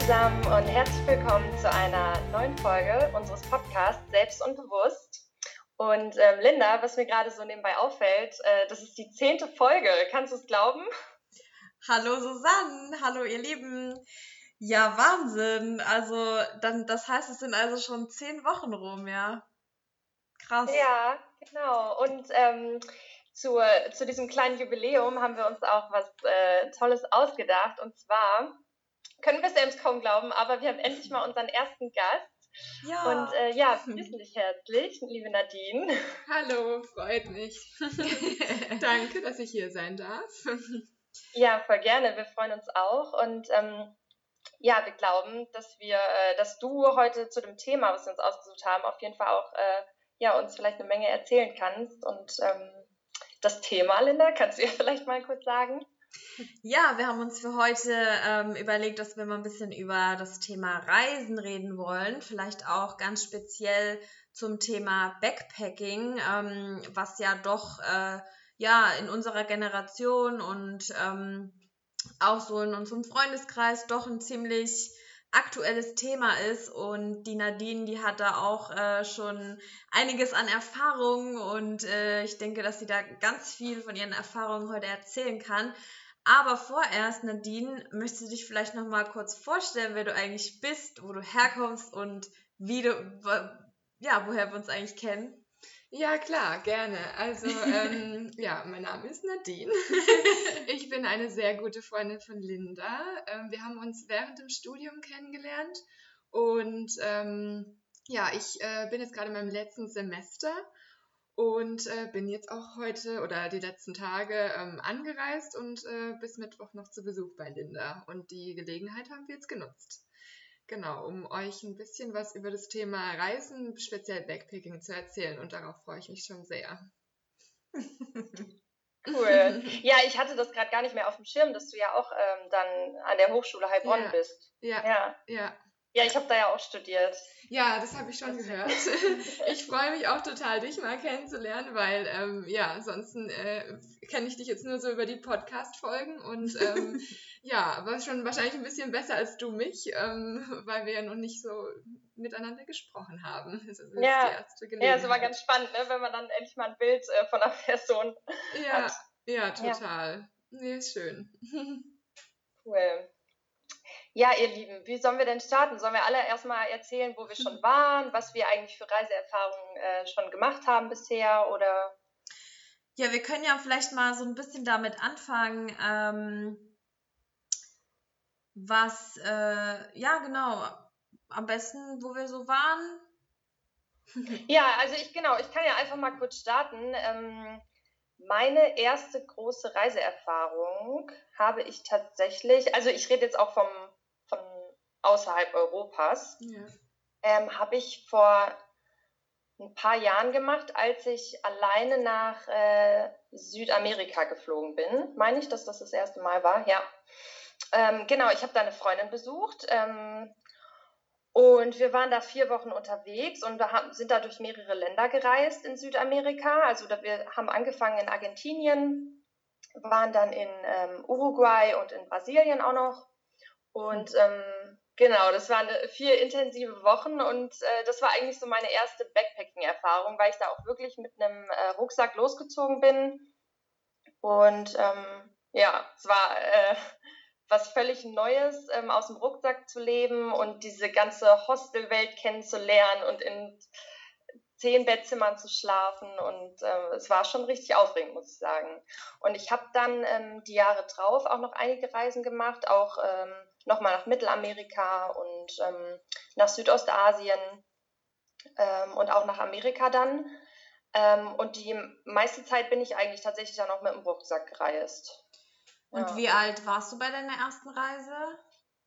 zusammen und herzlich willkommen zu einer neuen Folge unseres Podcasts Selbst und Bewusst. Und Linda, was mir gerade so nebenbei auffällt, das ist die 10. Folge. Kannst du es glauben? Hallo Susanne, hallo ihr Lieben. Ja, Wahnsinn. Also, das heißt, es sind also schon 10 Wochen rum, ja. Krass. Ja, genau. Und zu diesem kleinen Jubiläum haben wir uns auch was Tolles ausgedacht. Und zwar können wir es selbst kaum glauben, aber wir haben endlich mal unseren ersten Gast. Und Ja. begrüßen dich herzlich, liebe Nadine. Hallo, freut mich. Danke, dass ich hier sein darf. Ja, voll gerne. Wir freuen uns auch. Und ja, wir glauben, dass du heute zu dem Thema, was wir uns ausgesucht haben, auf jeden Fall auch uns vielleicht eine Menge erzählen kannst. Und das Thema, Linda, kannst du ja vielleicht mal kurz sagen? Ja, wir haben uns für heute überlegt, dass wir mal ein bisschen über das Thema Reisen reden wollen. Vielleicht auch ganz speziell zum Thema Backpacking, was ja doch in unserer Generation und auch so in unserem Freundeskreis doch ein ziemlich aktuelles Thema ist. Und die Nadine, die hat da auch schon einiges an Erfahrung und ich denke, dass sie da ganz viel von ihren Erfahrungen heute erzählen kann. Aber vorerst, Nadine, möchtest du dich vielleicht noch mal kurz vorstellen, wer du eigentlich bist, wo du herkommst und woher wir uns eigentlich kennen? Ja, klar, gerne. Also, mein Name ist Nadine. Ich bin eine sehr gute Freundin von Linda. Wir haben uns während dem Studium kennengelernt und ich bin jetzt gerade in meinem letzten Semester und bin jetzt auch heute oder die letzten Tage angereist und bis Mittwoch noch zu Besuch bei Linda. Und die Gelegenheit haben wir jetzt genutzt. Genau, um euch ein bisschen was über das Thema Reisen, speziell Backpacking, zu erzählen. Und darauf freue ich mich schon sehr. Cool. Ja, ich hatte das gerade gar nicht mehr auf dem Schirm, dass du ja auch dann an der Hochschule Heilbronn bist. Ja. Ja, ich habe da ja auch studiert. Ja, das habe ich schon gehört. Ich freue mich auch total, dich mal kennenzulernen, weil ansonsten kenne ich dich jetzt nur so über die Podcast-Folgen und aber schon wahrscheinlich ein bisschen besser als du mich, weil wir ja noch nicht so miteinander gesprochen haben. Das ist die erste Gelegenheit. Ja, es war ganz spannend, ne, wenn man dann endlich mal ein Bild von einer Person hat. Ja, total. Nee, ist schön. Cool. Ja, ihr Lieben, wie sollen wir denn starten? Sollen wir alle erstmal erzählen, wo wir schon waren, was wir eigentlich für Reiseerfahrungen schon gemacht haben bisher, oder? Ja, wir können ja vielleicht mal so ein bisschen damit anfangen, am besten, wo wir so waren. Ja, also ich kann ja einfach mal kurz starten. Meine erste große Reiseerfahrung habe ich tatsächlich, also ich rede jetzt auch von außerhalb Europas, habe ich vor ein paar Jahren gemacht, als ich alleine nach Südamerika geflogen bin. Meine ich, dass das das erste Mal war? Ja. Genau, ich habe da eine Freundin besucht. Und wir waren da 4 Wochen unterwegs und sind da durch mehrere Länder gereist in Südamerika. Also wir haben angefangen in Argentinien, waren dann in Uruguay und in Brasilien auch noch. Und genau, das waren 4 intensive Wochen und das war eigentlich so meine erste Backpacking-Erfahrung, weil ich da auch wirklich mit einem Rucksack losgezogen bin. Und es war was völlig Neues, aus dem Rucksack zu leben und diese ganze Hostelwelt kennenzulernen und in 10 Bettzimmern zu schlafen. Und es war schon richtig aufregend, muss ich sagen. Und ich habe dann die Jahre drauf auch noch einige Reisen gemacht, auch nochmal nach Mittelamerika und nach Südostasien und auch nach Amerika dann. Und die meiste Zeit bin ich eigentlich tatsächlich dann auch mit dem Rucksack gereist. Und wie alt warst du bei deiner ersten Reise?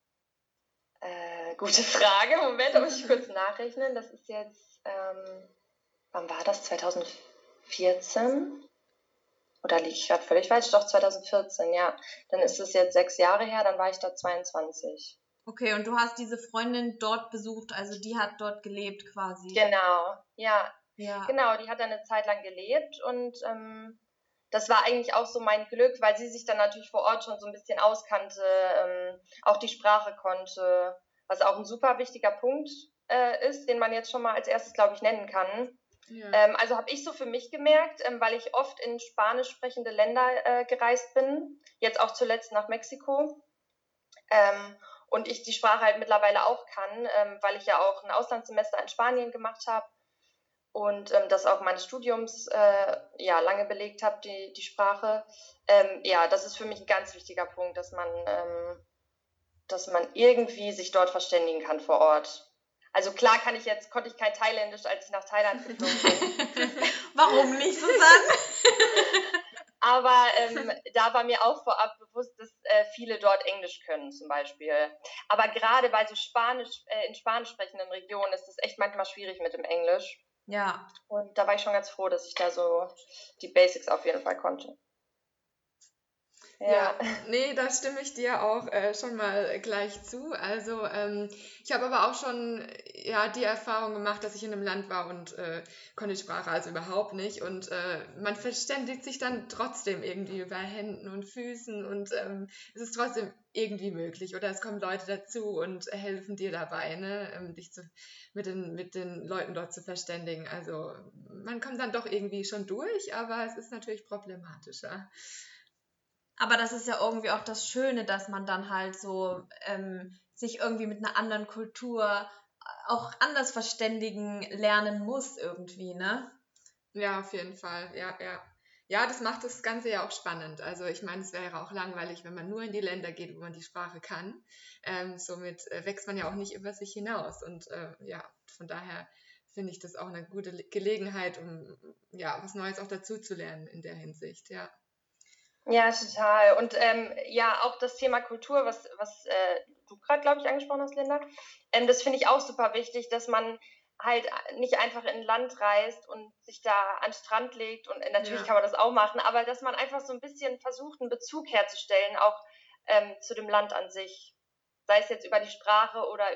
Gute Frage. Moment, da muss ich kurz nachrechnen. Das ist jetzt, wann war das? 2014? Oder liege ich gerade völlig falsch? Doch, 2014, ja. Dann ist es jetzt 6 Jahre her, dann war ich da 22. Okay, und du hast diese Freundin dort besucht, also die hat dort gelebt quasi. Genau, ja. Genau, die hat da eine Zeit lang gelebt und das war eigentlich auch so mein Glück, weil sie sich dann natürlich vor Ort schon so ein bisschen auskannte, auch die Sprache konnte. was auch ein super wichtiger Punkt ist, den man jetzt schon mal als erstes, glaube ich, nennen kann. Ja. Also habe ich so für mich gemerkt, weil ich oft in spanisch sprechende Länder gereist bin, jetzt auch zuletzt nach Mexiko, und ich die Sprache halt mittlerweile auch kann, weil ich ja auch ein Auslandssemester in Spanien gemacht habe und das auch meines Studiums lange belegt habe, die Sprache. Das ist für mich ein ganz wichtiger Punkt, dass man irgendwie sich dort verständigen kann vor Ort. Also klar konnte ich kein Thailändisch, als ich nach Thailand geflogen bin. Warum nicht, Susanne? Aber da war mir auch vorab bewusst, dass viele dort Englisch können zum Beispiel. Aber gerade bei so in spanisch sprechenden Regionen ist es echt manchmal schwierig mit dem Englisch. Ja. Und da war ich schon ganz froh, dass ich da so die Basics auf jeden Fall konnte. Ja, nee, da stimme ich dir auch schon mal gleich zu. Also ich habe aber auch schon die Erfahrung gemacht, dass ich in einem Land war und konnte die Sprache also überhaupt nicht. Und man verständigt sich dann trotzdem irgendwie über Händen und Füßen und es ist trotzdem irgendwie möglich. Oder es kommen Leute dazu und helfen dir dabei, ne, dich mit den Leuten dort zu verständigen. Also man kommt dann doch irgendwie schon durch, aber es ist natürlich problematischer. Aber das ist ja irgendwie auch das Schöne, dass man dann halt so sich irgendwie mit einer anderen Kultur auch anders verständigen lernen muss irgendwie, ne? Ja, auf jeden Fall. Ja. Ja, das macht das Ganze ja auch spannend. Also ich meine, es wäre auch langweilig, wenn man nur in die Länder geht, wo man die Sprache kann. Somit wächst man ja auch nicht über sich hinaus. Und von daher finde ich das auch eine gute Gelegenheit, um was Neues auch dazu zu lernen in der Hinsicht, ja. Ja, total. Und auch das Thema Kultur, was du gerade, glaube ich, angesprochen hast, Linda, das finde ich auch super wichtig, dass man halt nicht einfach in ein Land reist und sich da an den Strand legt und natürlich kann man das auch machen, aber dass man einfach so ein bisschen versucht, einen Bezug herzustellen, auch zu dem Land an sich. Sei es jetzt über die Sprache oder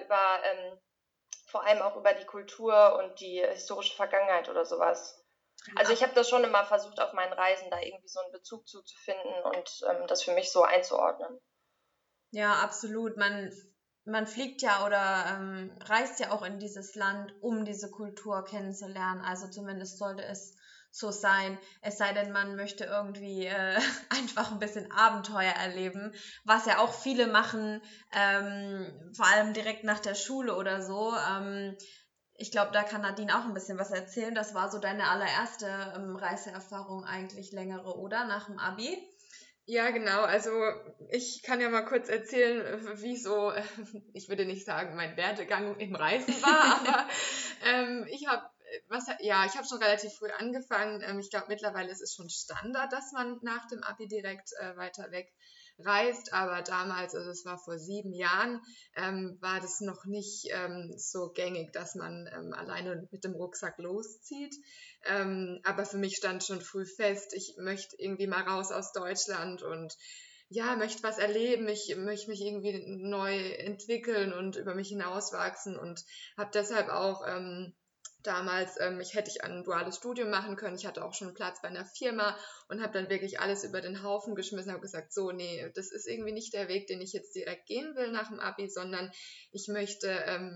vor allem auch über die Kultur und die historische Vergangenheit oder sowas. Also ich habe das schon immer versucht, auf meinen Reisen da irgendwie so einen Bezug zu finden und das für mich so einzuordnen. Ja, absolut. Man fliegt ja oder reist ja auch in dieses Land, um diese Kultur kennenzulernen. Also zumindest sollte es so sein. Es sei denn, man möchte irgendwie einfach ein bisschen Abenteuer erleben, was ja auch viele machen, vor allem direkt nach der Schule oder so. Ich glaube, da kann Nadine auch ein bisschen was erzählen. Das war so deine allererste Reiseerfahrung eigentlich längere, oder? Nach dem Abi? Ja, genau. Also ich kann ja mal kurz erzählen, wie so, ich würde nicht sagen, mein Werdegang im Reisen war, aber ich habe schon relativ früh angefangen. Ich glaube, mittlerweile ist es schon Standard, dass man nach dem Abi direkt weiter weg reist, aber damals, also es war vor 7 Jahren, war das noch nicht so gängig, dass man alleine mit dem Rucksack loszieht. Aber für mich stand schon früh fest, ich möchte irgendwie mal raus aus Deutschland und möchte was erleben, ich möchte mich irgendwie neu entwickeln und über mich hinauswachsen und habe deshalb auch damals, hätte ich ein duales Studium machen können, ich hatte auch schon einen Platz bei einer Firma und habe dann wirklich alles über den Haufen geschmissen, habe gesagt, so, nee, das ist irgendwie nicht der Weg, den ich jetzt direkt gehen will nach dem Abi, sondern ich möchte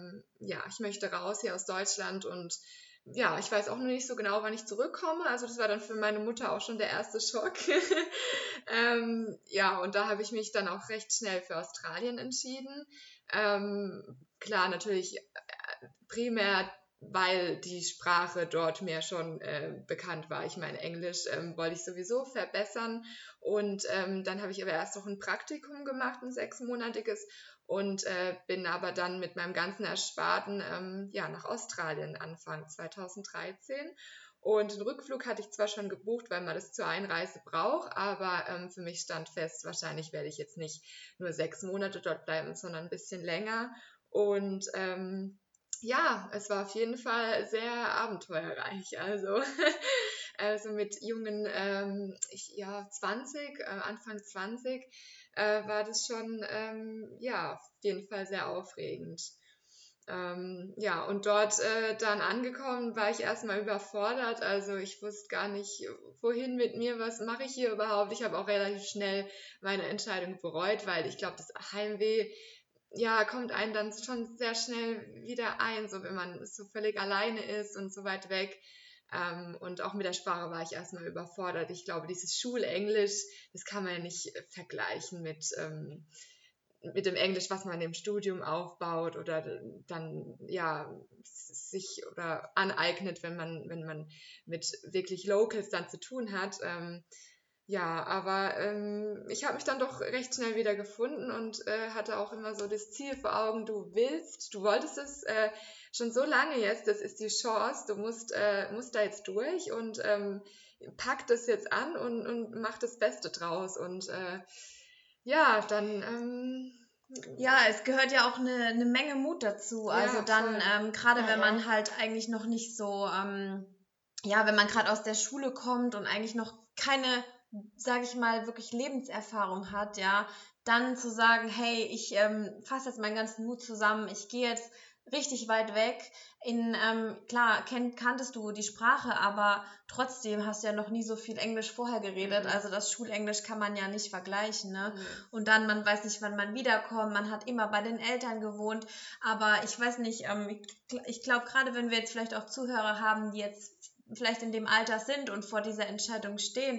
raus hier aus Deutschland und ich weiß auch noch nicht so genau, wann ich zurückkomme. Also das war dann für meine Mutter auch schon der erste Schock. Und da habe ich mich dann auch recht schnell für Australien entschieden. Klar, natürlich primär, weil die Sprache dort mir schon bekannt war. Ich meine, Englisch wollte ich sowieso verbessern. Und dann habe ich aber erst noch ein Praktikum gemacht, ein 6-monatiges. Und bin aber dann mit meinem ganzen Ersparten nach Australien Anfang 2013. Und den Rückflug hatte ich zwar schon gebucht, weil man das zur Einreise braucht, aber für mich stand fest, wahrscheinlich werde ich jetzt nicht nur 6 Monate dort bleiben, sondern ein bisschen länger. Und es war auf jeden Fall sehr abenteuerreich. Also mit jungen, Anfang 20, war das schon, auf jeden Fall sehr aufregend. Und dort dann angekommen, war ich erstmal überfordert. Also ich wusste gar nicht, wohin mit mir, was mache ich hier überhaupt. Ich habe auch relativ schnell meine Entscheidung bereut, weil ich glaube, das Heimweh ja, kommt einem dann schon sehr schnell wieder ein, so wenn man so völlig alleine ist und so weit weg. Und auch mit der Sprache war ich erstmal überfordert. Ich glaube, dieses Schulenglisch, das kann man ja nicht vergleichen mit dem Englisch, was man im Studium aufbaut oder dann ja sich oder aneignet, wenn man mit wirklich Locals dann zu tun hat. Ja, aber ich habe mich dann doch recht schnell wieder gefunden und hatte auch immer so das Ziel vor Augen, du wolltest es schon so lange jetzt, das ist die Chance, du musst da jetzt durch und pack das jetzt an und mach das Beste draus. Und ja, dann Ja, es gehört ja auch eine Menge Mut dazu. Also ja, dann, voll. gerade wenn man halt eigentlich noch nicht so, ja, wenn man gerade aus der Schule kommt und eigentlich noch keine, sage ich mal, wirklich Lebenserfahrung hat, ja, dann zu sagen, hey, ich fasse jetzt meinen ganzen Mut zusammen, ich gehe jetzt richtig weit weg. Klar, kanntest du die Sprache, aber trotzdem hast du ja noch nie so viel Englisch vorher geredet. Mhm. Also das Schulenglisch kann man ja nicht vergleichen, ne? Mhm. Und dann, man weiß nicht, wann man wiederkommt, man hat immer bei den Eltern gewohnt, aber ich weiß nicht, ich glaube, gerade wenn wir jetzt vielleicht auch Zuhörer haben, die jetzt vielleicht in dem Alter sind und vor dieser Entscheidung stehen,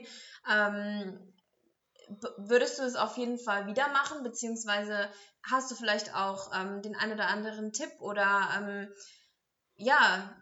würdest du es auf jeden Fall wieder machen, beziehungsweise hast du vielleicht auch den einen oder anderen Tipp oder ja,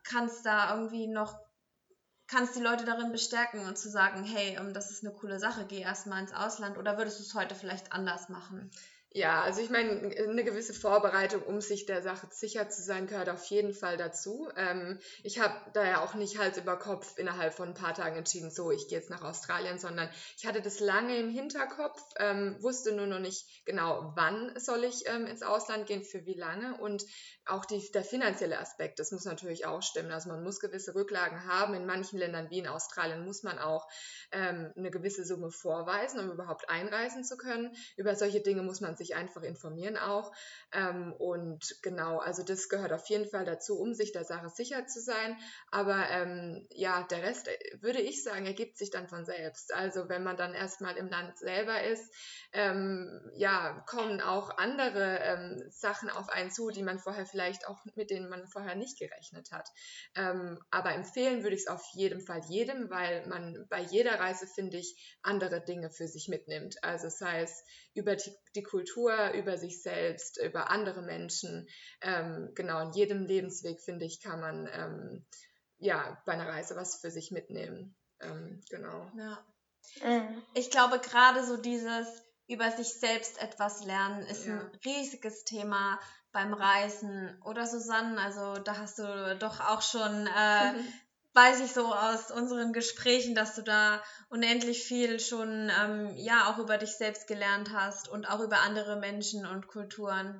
kannst die Leute darin bestärken und zu sagen, hey, das ist eine coole Sache, geh erstmal ins Ausland, oder würdest du es heute vielleicht anders machen? Ja, also ich meine, eine gewisse Vorbereitung, um sich der Sache sicher zu sein, gehört auf jeden Fall dazu. Ich habe da ja auch nicht Hals über Kopf innerhalb von ein paar Tagen entschieden, so, ich gehe jetzt nach Australien, sondern ich hatte das lange im Hinterkopf, wusste nur noch nicht genau, wann soll ich ins Ausland gehen, für wie lange, und auch der finanzielle Aspekt, das muss natürlich auch stimmen. Also man muss gewisse Rücklagen haben. In manchen Ländern wie in Australien muss man auch eine gewisse Summe vorweisen, um überhaupt einreisen zu können. Über solche Dinge muss man sich einfach informieren auch. Und genau, also das gehört auf jeden Fall dazu, um sich der Sache sicher zu sein. Aber ja, der Rest, würde ich sagen, ergibt sich dann von selbst. Also wenn man dann erstmal im Land selber ist, ja, kommen auch andere Sachen auf einen zu, die man vorher vielleicht auch, mit denen man vorher nicht gerechnet hat. Aber empfehlen würde ich es auf jeden Fall jedem, weil man bei jeder Reise, finde ich, andere Dinge für sich mitnimmt. Also sei es über die Kultur, über sich selbst, über andere Menschen. Genau, in jedem Lebensweg, finde ich, kann man ja bei einer Reise was für sich mitnehmen. Genau. Ja. Mhm. Ich glaube, gerade so dieses über sich selbst etwas lernen ist Ja. ein riesiges Thema beim Reisen. Oder Susanne, also da hast du doch auch schon, weiß ich so aus unseren Gesprächen, dass du da unendlich viel schon, ja, auch über dich selbst gelernt hast und auch über andere Menschen und Kulturen.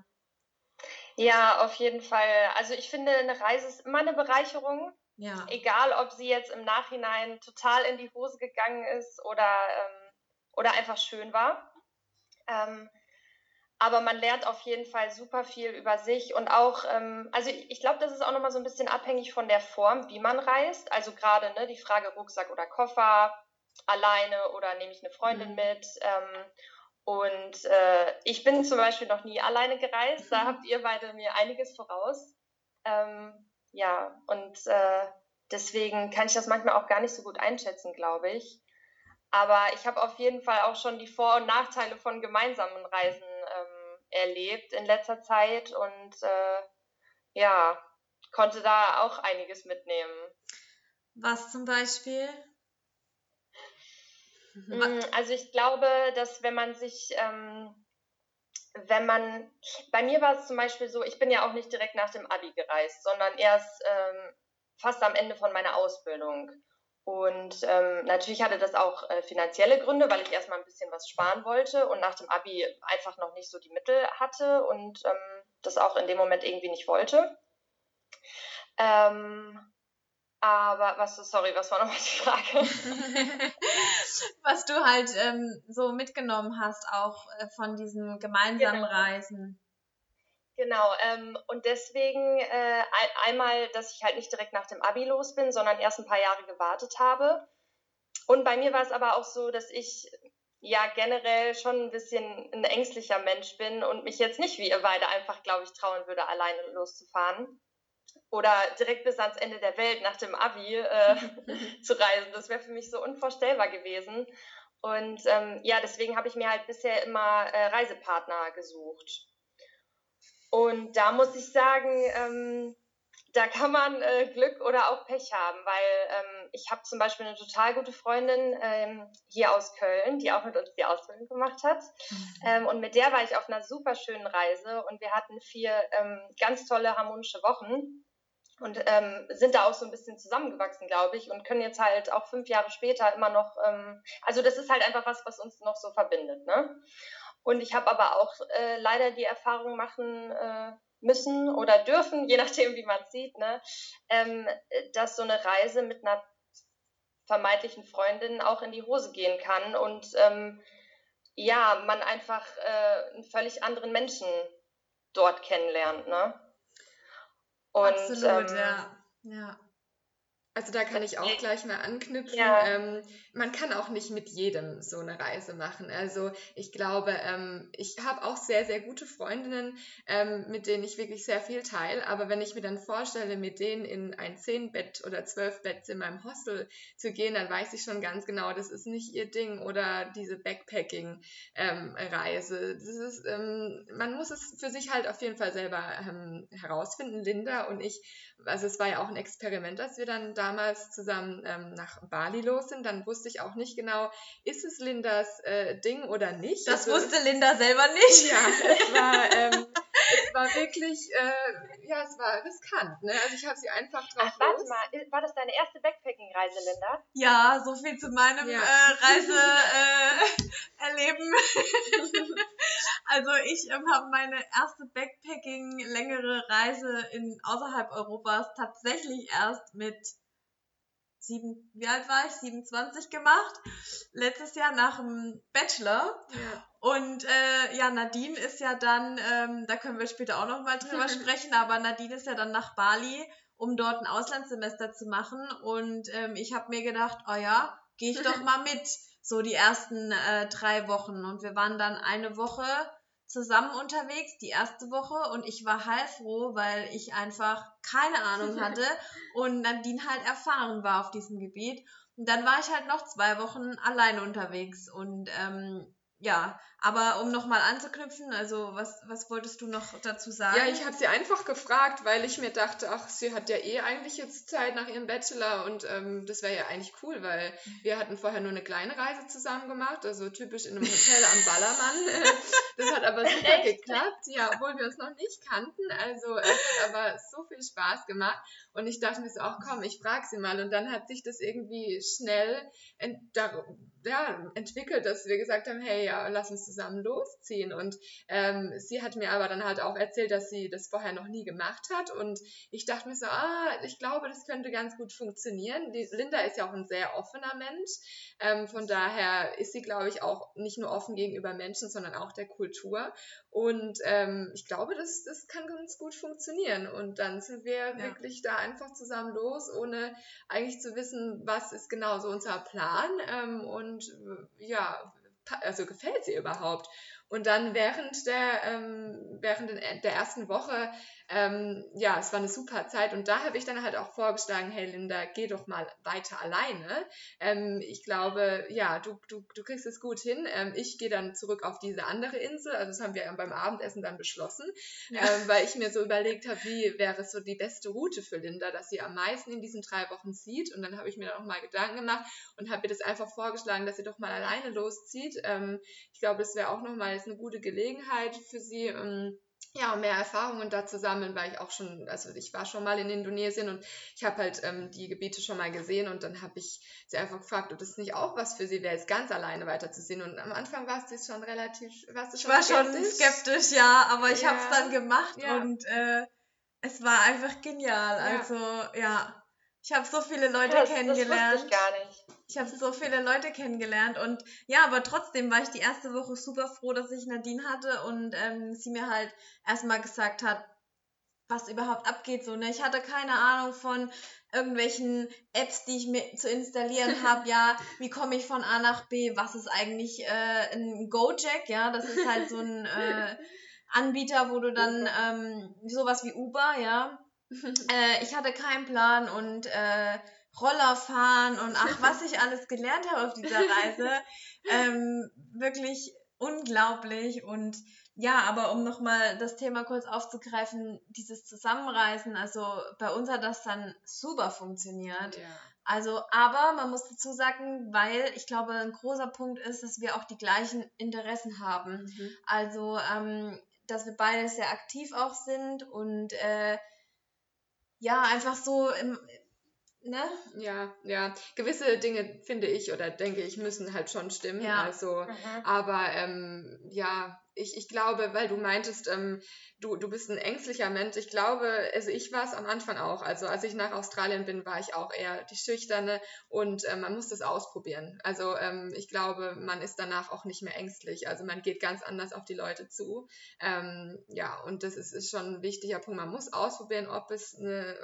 Ja, auf jeden Fall. Also ich finde, eine Reise ist immer eine Bereicherung, Ja. egal ob sie jetzt im Nachhinein total in die Hose gegangen ist oder einfach schön war. Ähm, aber man lernt auf jeden Fall super viel über sich und auch, also ich glaube, das ist auch nochmal so ein bisschen abhängig von der Form, wie man reist. Also gerade ne, die Frage Rucksack oder Koffer, alleine oder nehme ich eine Freundin mit. Und ich bin zum Beispiel noch nie alleine gereist. Da habt ihr beide mir einiges voraus. Ja, und deswegen kann ich das manchmal auch gar nicht so gut einschätzen, glaube ich. Aber ich habe auf jeden Fall auch schon die Vor- und Nachteile von gemeinsamen Reisen erlebt in letzter Zeit und ja, konnte da auch einiges mitnehmen. Was zum Beispiel? Also ich glaube, dass bei mir war es zum Beispiel so, ich bin ja auch nicht direkt nach dem Abi gereist, sondern erst fast am Ende von meiner Ausbildung. Und natürlich hatte das auch finanzielle Gründe, weil ich erstmal ein bisschen was sparen wollte und nach dem Abi einfach noch nicht so die Mittel hatte und das auch in dem Moment irgendwie nicht wollte. Ähm, was war nochmal die Frage? Was du halt so mitgenommen hast, auch von diesen gemeinsamen Genau. Reisen. Genau, und deswegen einmal, dass ich halt nicht direkt nach dem Abi los bin, sondern erst ein paar Jahre gewartet habe. Und bei mir war es aber auch so, dass ich ja generell schon ein bisschen ein ängstlicher Mensch bin und mich jetzt nicht wie ihr beide einfach, glaube ich, trauen würde, alleine loszufahren. Oder direkt bis ans Ende der Welt nach dem Abi zu reisen. Das wäre für mich so unvorstellbar gewesen. Und ja, deswegen habe ich mir halt bisher immer Reisepartner gesucht. Und da muss ich sagen, da kann man Glück oder auch Pech haben, weil ich habe zum Beispiel eine total gute Freundin hier aus Köln, die auch mit uns die Ausbildung gemacht hat. Und mit der war ich auf einer super schönen Reise und wir hatten 4 ganz tolle harmonische Wochen und sind da auch so ein bisschen zusammengewachsen, glaube ich, und können jetzt halt auch 5 Jahre später immer noch, also das ist halt einfach was uns noch so verbindet, ne? Und ich habe aber auch leider die Erfahrung machen müssen oder dürfen, je nachdem, wie man es sieht, ne, dass so eine Reise mit einer vermeintlichen Freundin auch in die Hose gehen kann und ja, man einfach einen völlig anderen Menschen dort kennenlernt, ne? Und Absolut, ja. Also da kann ich auch gleich mal anknüpfen. ja, Man kann auch nicht mit jedem so eine Reise machen. Also ich glaube, ich habe auch sehr, sehr gute Freundinnen, mit denen ich wirklich sehr viel teile. Aber wenn ich mir dann vorstelle, mit denen in ein 10-Bett- oder 12-Bettzimmer im Hostel zu gehen, dann weiß ich schon ganz genau, das ist nicht ihr Ding. Oder diese Backpacking-Reise. Man muss es für sich halt auf jeden Fall selber herausfinden. Linda und ich, also es war ja auch ein Experiment, als wir dann damals zusammen nach Bali los sind. Dann wusste ich auch nicht genau, ist es Lindas Ding oder nicht. Das wusste Linda selber nicht. Ja, es war wirklich, ja, es war riskant. Ne? Also ich habe sie einfach drauf ach, warte mal, war das deine erste Backpacking-Reise, Linda? Ja, so viel zu meinem Reiseerleben. Also ich habe meine erste Backpacking-längere Reise außerhalb Europas tatsächlich erst mit 27 gemacht. Letztes Jahr nach dem Bachelor. Ja. Und ja, Nadine ist ja dann, da können wir später auch nochmal drüber sprechen, aber Nadine ist ja dann nach Bali, um dort ein Auslandssemester zu machen. Und ich habe mir gedacht, oh ja, gehe ich doch mal mit, so die ersten 3 Wochen. Und wir waren dann eine Woche zusammen unterwegs, die erste Woche. Und ich war heilfroh, weil ich einfach keine Ahnung hatte und Nadine halt erfahren war auf diesem Gebiet. Und dann war ich halt noch 2 Wochen alleine unterwegs. Und ja, aber um nochmal anzuknüpfen, also was wolltest du noch dazu sagen? Ja, ich habe sie einfach gefragt, weil ich mir dachte, ach, sie hat ja eh eigentlich jetzt Zeit nach ihrem Bachelor und das wäre ja eigentlich cool, weil wir hatten vorher nur eine kleine Reise zusammen gemacht, also typisch in einem Hotel am Ballermann. Das hat aber super geklappt, ja, obwohl wir uns noch nicht kannten. Also es hat aber so viel Spaß gemacht und ich dachte mir so, ach komm, ich frage sie mal und dann hat sich das irgendwie schnell entwickelt, dass wir gesagt haben, hey, ja, lass uns zusammen losziehen. Und sie hat mir aber dann halt auch erzählt, dass sie das vorher noch nie gemacht hat. Und ich dachte mir so, ich glaube, das könnte ganz gut funktionieren. Die Linda ist ja auch ein sehr offener Mensch. Von daher ist sie, glaube ich, auch nicht nur offen gegenüber Menschen, sondern auch der Kultur. Und ich glaube, das kann ganz gut funktionieren. Und dann sind wir wirklich da einfach zusammen los, ohne eigentlich zu wissen, was ist genau so unser Plan. Und ja, also gefällt sie überhaupt. Und dann während der ersten Woche, ja, es war eine super Zeit und da habe ich dann halt auch vorgeschlagen, hey Linda, geh doch mal weiter alleine. Ich glaube, ja, du kriegst es gut hin. Ich gehe dann zurück auf diese andere Insel, also das haben wir beim Abendessen dann beschlossen, weil ich mir so überlegt habe, wie wäre so die beste Route für Linda, dass sie am meisten in diesen 3 Wochen sieht und dann habe ich mir dann auch mal Gedanken gemacht und habe ihr das einfach vorgeschlagen, dass sie doch mal alleine loszieht. Ich glaube, das wäre auch nochmal eine gute Gelegenheit für sie, ja, um mehr Erfahrungen da zu sammeln, weil ich war schon mal in Indonesien und ich habe halt die Gebiete schon mal gesehen und dann habe ich sie einfach gefragt, ob das nicht auch was für sie wäre, jetzt ganz alleine weiterzusehen. Und am Anfang warst du schon skeptisch, ja, aber ich habe es dann gemacht und es war einfach genial. Ja. Also, ja, ich habe so viele Leute kennengelernt. Das wusste ich gar nicht. Ich habe so viele Leute kennengelernt und ja, aber trotzdem war ich die erste Woche super froh, dass ich Nadine hatte und sie mir halt erstmal gesagt hat, was überhaupt abgeht. So, ne? Ich hatte keine Ahnung von irgendwelchen Apps, die ich mir zu installieren habe. Ja, wie komme ich von A nach B? Was ist eigentlich ein Gojek? Ja, das ist halt so ein Anbieter, wo du dann sowas wie Uber, ja. Ich hatte keinen Plan und Roller fahren und ach, was ich alles gelernt habe auf dieser Reise. Wirklich unglaublich. Und ja, aber um nochmal das Thema kurz aufzugreifen, dieses Zusammenreisen, also bei uns hat das dann super funktioniert. Ja. Also, aber man muss dazu sagen, weil ich glaube, ein großer Punkt ist, dass wir auch die gleichen Interessen haben. Also, dass wir beide sehr aktiv auch sind und ja, einfach so ne? Ja. Gewisse Dinge, finde ich oder denke ich, müssen halt schon stimmen. Ja. Also, aber ja, ich glaube, weil du meintest, du bist ein ängstlicher Mensch. Ich glaube, also ich war es am Anfang auch. Also als ich nach Australien bin, war ich auch eher die Schüchterne und man muss das ausprobieren. Also ich glaube, man ist danach auch nicht mehr ängstlich. Also man geht ganz anders auf die Leute zu. Ja, und das ist schon ein wichtiger Punkt. Man muss ausprobieren, ob es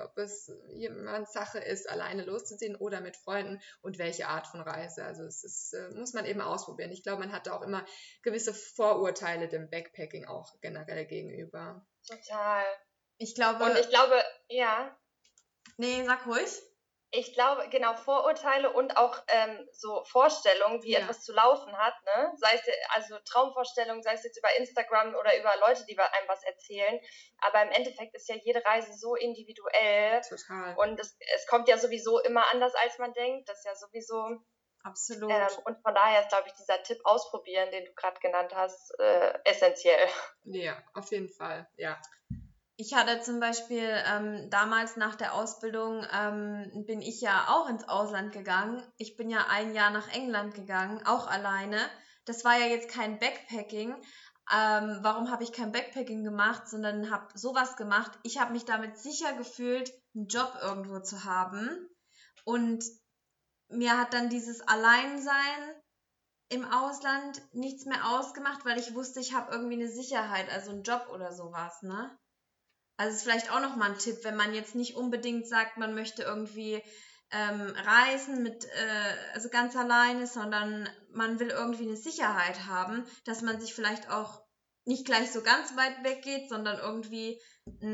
jemands Sache ist, alleine loszuziehen oder mit Freunden und welche Art von Reise. Also muss man eben ausprobieren. Ich glaube, man hat da auch immer gewisse Vorurteile dem Backpacking auch generell gegenüber. Total. Ich glaube. Und ich glaube, ja. Nee, sag ruhig. Ich glaube, genau, Vorurteile und auch so Vorstellungen, wie etwas zu laufen hat, ne? Sei es also Traumvorstellungen, sei es jetzt über Instagram oder über Leute, die einem was erzählen. Aber im Endeffekt ist ja jede Reise so individuell. Total. Und es kommt ja sowieso immer anders, als man denkt. Das ist ja sowieso. Absolut. Und von daher ist, glaube ich, dieser Tipp ausprobieren, den du gerade genannt hast, essentiell. Ja, auf jeden Fall, ja. Ich hatte zum Beispiel damals nach der Ausbildung bin ich ja auch ins Ausland gegangen. Ich bin ja 1 Jahr nach England gegangen, auch alleine. Das war ja jetzt kein Backpacking. Warum habe ich kein Backpacking gemacht, sondern habe sowas gemacht? Ich habe mich damit sicher gefühlt, einen Job irgendwo zu haben. Und mir hat dann dieses Alleinsein im Ausland nichts mehr ausgemacht, weil ich wusste, ich habe irgendwie eine Sicherheit, also einen Job oder sowas, ne? Also ist vielleicht auch nochmal ein Tipp, wenn man jetzt nicht unbedingt sagt, man möchte irgendwie reisen also ganz alleine, sondern man will irgendwie eine Sicherheit haben, dass man sich vielleicht auch nicht gleich so ganz weit weggeht, sondern irgendwie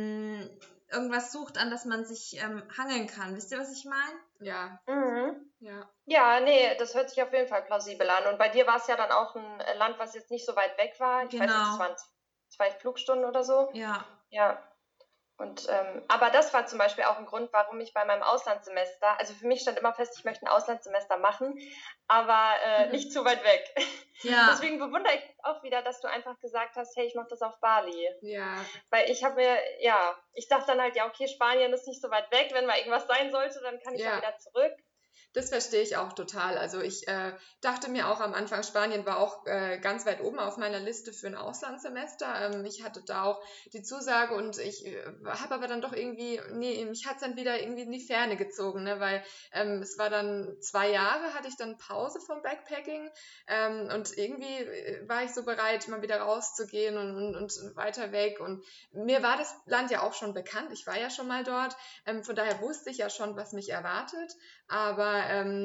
irgendwas sucht, an das man sich hangeln kann. Wisst ihr, was ich meine? Ja. Ja. Ja, nee, das hört sich auf jeden Fall plausibel an. Und bei dir war es ja dann auch ein Land, was jetzt nicht so weit weg war. Ich weiß nicht, es waren 2 Flugstunden oder so. Ja. Ja. Und, aber das war zum Beispiel auch ein Grund, warum ich bei meinem Auslandssemester, also für mich stand immer fest, ich möchte ein Auslandssemester machen, aber nicht zu weit weg. Ja. Deswegen bewundere ich auch wieder, dass du einfach gesagt hast, hey, ich mache das auf Bali. Ja. Weil ich dachte dann halt, ja, okay, Spanien ist nicht so weit weg, wenn mal irgendwas sein sollte, dann kann ich ja wieder zurück. Das verstehe ich auch total. Also ich dachte mir auch am Anfang, Spanien war auch ganz weit oben auf meiner Liste für ein Auslandssemester. Ich hatte da auch die Zusage und ich habe aber dann doch irgendwie, mich hat es dann wieder irgendwie in die Ferne gezogen, ne? Weil es war dann 2 Jahre, hatte ich dann Pause vom Backpacking und irgendwie war ich so bereit, mal wieder rauszugehen und weiter weg. Und mir war das Land ja auch schon bekannt. Ich war ja schon mal dort. Von daher wusste ich ja schon, was mich erwartet. Aber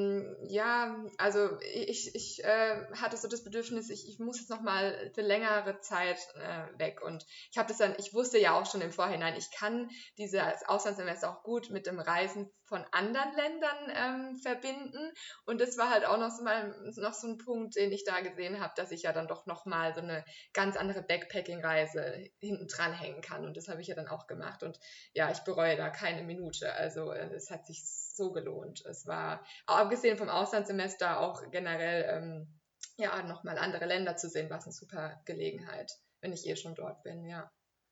ja, also ich hatte so das Bedürfnis, ich muss jetzt nochmal für längere Zeit weg. Und ich wusste ja auch schon im Vorhinein, ich kann dieses Auslandssemester auch gut mit dem Reisen von anderen Ländern verbinden. Und das war halt auch noch so ein Punkt, den ich da gesehen habe, dass ich ja dann doch nochmal so eine ganz andere Backpacking-Reise hinten dran hängen kann. Und das habe ich ja dann auch gemacht. Und ja, ich bereue da keine Minute. Also es hat sich so gelohnt. Es war, abgesehen vom Auslandssemester, auch generell nochmal andere Länder zu sehen, war es eine super Gelegenheit, wenn ich schon dort bin, ja.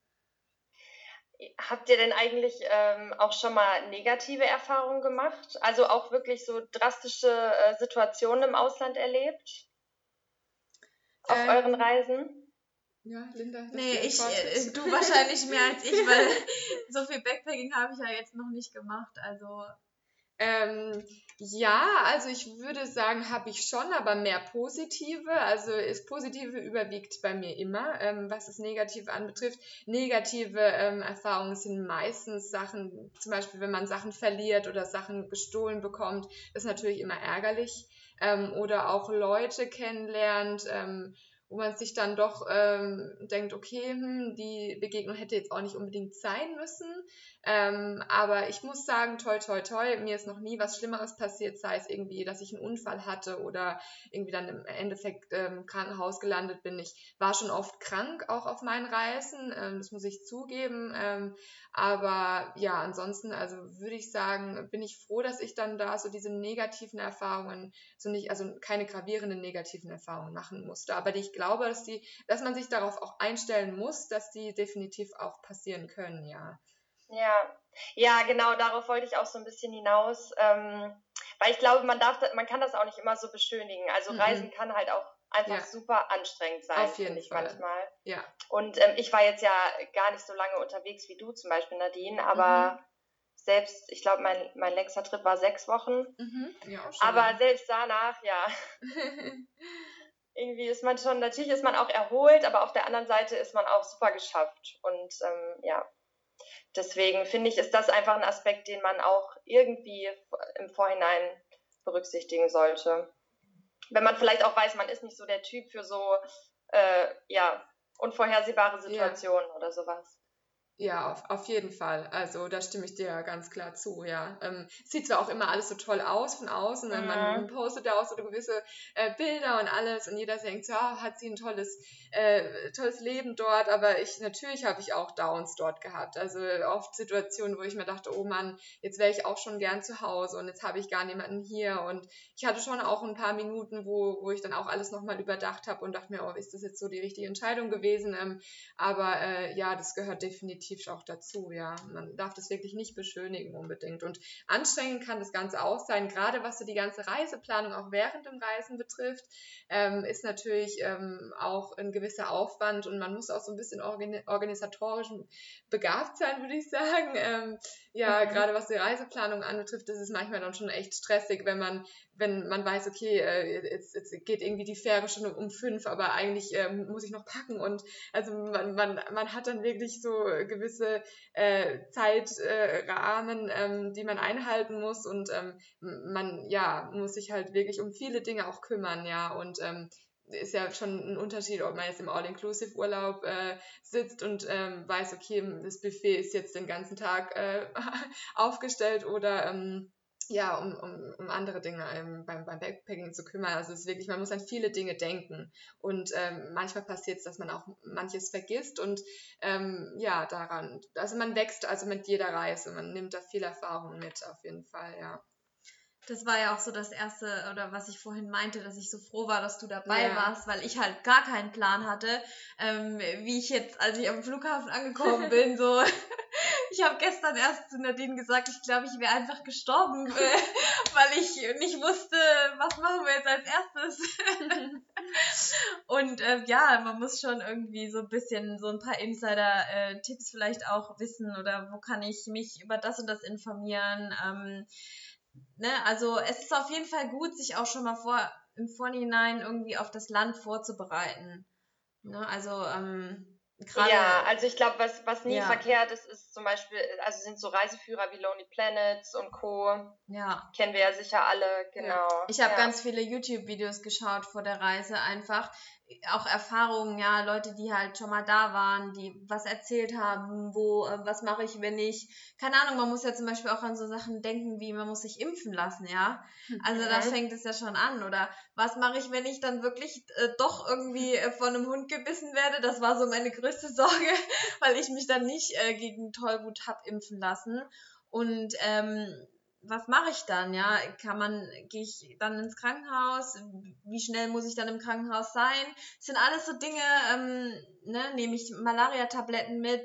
Habt ihr denn eigentlich auch schon mal negative Erfahrungen gemacht? Also auch wirklich so drastische Situationen im Ausland erlebt? Auf euren Reisen? Ja, Linda. Nee, du wahrscheinlich mehr als ich, weil so viel Backpacking habe ich ja jetzt noch nicht gemacht. Also Ja, also ich würde sagen, habe ich schon, aber mehr positive. Also das Positive überwiegt bei mir immer, was das Negative anbetrifft. Negative Erfahrungen sind meistens Sachen, zum Beispiel wenn man Sachen verliert oder Sachen gestohlen bekommt, das ist natürlich immer ärgerlich. Oder auch Leute kennenlernt, wo man sich dann doch denkt, okay, die Begegnung hätte jetzt auch nicht unbedingt sein müssen. Aber ich muss sagen, toi, toi, toi, mir ist noch nie was Schlimmeres passiert, sei es irgendwie, dass ich einen Unfall hatte oder irgendwie dann im Endeffekt im Krankenhaus gelandet bin. Ich war schon oft krank, auch auf meinen Reisen, das muss ich zugeben. Aber ja, ansonsten, also würde ich sagen, bin ich froh, dass ich dann da so diese negativen Erfahrungen, also keine gravierenden negativen Erfahrungen machen musste. Aber ich glaube, dass man sich darauf auch einstellen muss, dass die definitiv auch passieren können, ja. Ja, genau, darauf wollte ich auch so ein bisschen hinaus, weil ich glaube, man kann das auch nicht immer so beschönigen. Also Reisen kann halt auch einfach Ja, super anstrengend sein, auf jeden finde ich Fall. manchmal. Ja. Und ich war jetzt ja gar nicht so lange unterwegs wie du zum Beispiel, Nadine, aber selbst, ich glaube, mein längster Trip war 6 Wochen. Ja, auch schon Aber lang. selbst danach, ja, irgendwie ist man schon, natürlich ist man auch erholt, aber auf der anderen Seite ist man auch super geschafft. Und ja, deswegen finde ich, ist das einfach ein Aspekt, den man auch irgendwie im Vorhinein berücksichtigen sollte. Wenn man vielleicht auch weiß, man ist nicht so der Typ für so ja, unvorhersehbare Situationen oder sowas. Ja, auf jeden Fall. Also da stimme ich dir ganz klar zu, ja. Sieht zwar auch immer alles so toll aus von außen, man postet da auch so gewisse Bilder und alles und jeder denkt, ja, hat sie ein tolles Leben dort, aber natürlich habe ich auch Downs dort gehabt. Also oft Situationen, wo ich mir dachte, oh Mann, jetzt wäre ich auch schon gern zu Hause und jetzt habe ich gar niemanden hier und ich hatte schon auch ein paar Minuten, wo ich dann auch alles nochmal überdacht habe und dachte mir, oh, ist das jetzt so die richtige Entscheidung gewesen? Aber ja, das gehört definitiv auch dazu, ja. Man darf das wirklich nicht beschönigen unbedingt. Und anstrengend kann das Ganze auch sein, gerade was so die ganze Reiseplanung auch während dem Reisen betrifft, ist natürlich auch ein gewisser Aufwand und man muss auch so ein bisschen organisatorisch begabt sein, würde ich sagen. Ja, gerade was die Reiseplanung anbetrifft, das ist manchmal dann schon echt stressig, wenn man weiß, okay, jetzt geht irgendwie die Fähre schon um 5, aber eigentlich muss ich noch packen und also man hat dann wirklich so gewisse Zeitrahmen, die man einhalten muss und man muss sich halt wirklich um viele Dinge auch kümmern, ja, und ist ja schon ein Unterschied, ob man jetzt im All-Inclusive-Urlaub sitzt und weiß, okay, das Buffet ist jetzt den ganzen Tag aufgestellt oder ja, um andere Dinge beim Backpacking zu kümmern. Also es ist wirklich, man muss an viele Dinge denken. Und manchmal passiert es, dass man auch manches vergisst und ja, also man wächst also mit jeder Reise, man nimmt da viel Erfahrung mit, auf jeden Fall, ja. Das war ja auch so das Erste, oder was ich vorhin meinte, dass ich so froh war, dass du dabei warst, weil ich halt gar keinen Plan hatte, wie ich jetzt, als ich am Flughafen angekommen bin, so, ich habe gestern erst zu Nadine gesagt, ich glaube, ich wäre einfach gestorben, weil ich nicht wusste, was machen wir jetzt als erstes. Und ja, man muss schon irgendwie so ein bisschen, so ein paar Insider-Tipps vielleicht auch wissen oder wo kann ich mich über das und das informieren, ne, also es ist auf jeden Fall gut, sich auch schon mal im Vorhinein irgendwie auf das Land vorzubereiten. Ne, also gerade. Ja, also ich glaube, was nie verkehrt ist zum Beispiel, also sind so Reiseführer wie Lonely Planets und Co. Ja. Kennen wir ja sicher alle, genau. Ich habe ganz viele YouTube-Videos geschaut vor der Reise einfach. Auch Erfahrungen, ja, Leute, die halt schon mal da waren, die was erzählt haben, was mache ich, wenn ich, keine Ahnung, man muss ja zum Beispiel auch an so Sachen denken, wie man muss sich impfen lassen, ja. Also da fängt es ja schon an. Oder was mache ich, wenn ich dann wirklich doch irgendwie von einem Hund gebissen werde? Das war so meine größte Sorge, weil ich mich dann nicht gegen Tollwut habe impfen lassen. Und was mache ich dann, ja? Gehe ich dann ins Krankenhaus? Wie schnell muss ich dann im Krankenhaus sein? Das sind alles so Dinge, ne? Nehme ich Malaria-Tabletten mit?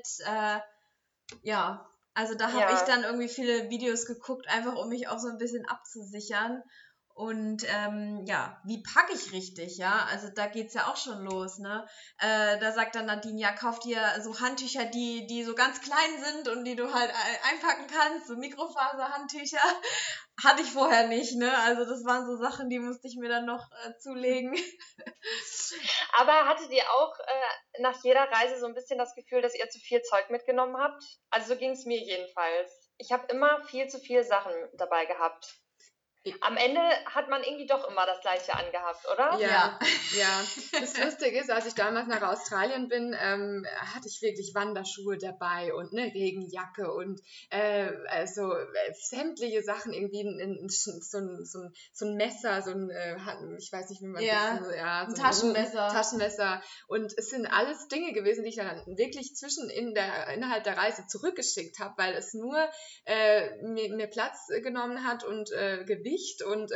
Ja, also da habe ich dann irgendwie viele Videos geguckt, einfach um mich auch so ein bisschen abzusichern. Und ja, wie packe ich richtig, ja? Also da geht's ja auch schon los, ne? Da sagt dann Nadine, ja, kauf dir so Handtücher, die so ganz klein sind und die du halt einpacken kannst, so Mikrofaserhandtücher. Hatte ich vorher nicht, ne? Also das waren so Sachen, die musste ich mir dann noch zulegen. Aber hattet ihr auch nach jeder Reise so ein bisschen das Gefühl, dass ihr zu viel Zeug mitgenommen habt? Also so ging es mir jedenfalls. Ich habe immer viel zu viel Sachen dabei gehabt. Am Ende hat man irgendwie doch immer das Gleiche angehabt, oder? Ja. Das Lustige ist, als ich damals nach Australien bin, hatte ich wirklich Wanderschuhe dabei und eine Regenjacke und sämtliche Sachen, irgendwie so ein Messer, ich weiß nicht, wie man ein so Taschenmesser. Taschenmesser. Und es sind alles Dinge gewesen, die ich dann wirklich innerhalb der Reise zurückgeschickt habe, weil es nur mir Platz genommen hat und Gewicht und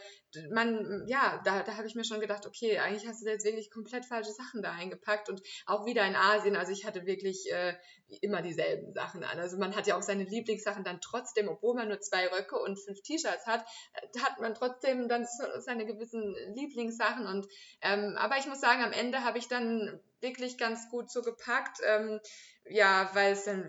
da habe ich mir schon gedacht, okay, eigentlich hast du jetzt wirklich komplett falsche Sachen da eingepackt und auch wieder in Asien, also ich hatte wirklich immer dieselben Sachen an. Also man hat ja auch seine Lieblingssachen dann trotzdem, obwohl man nur 2 Röcke und 5 T-Shirts hat man trotzdem dann seine gewissen Lieblingssachen und aber ich muss sagen, am Ende habe ich dann wirklich ganz gut so gepackt, weil es dann,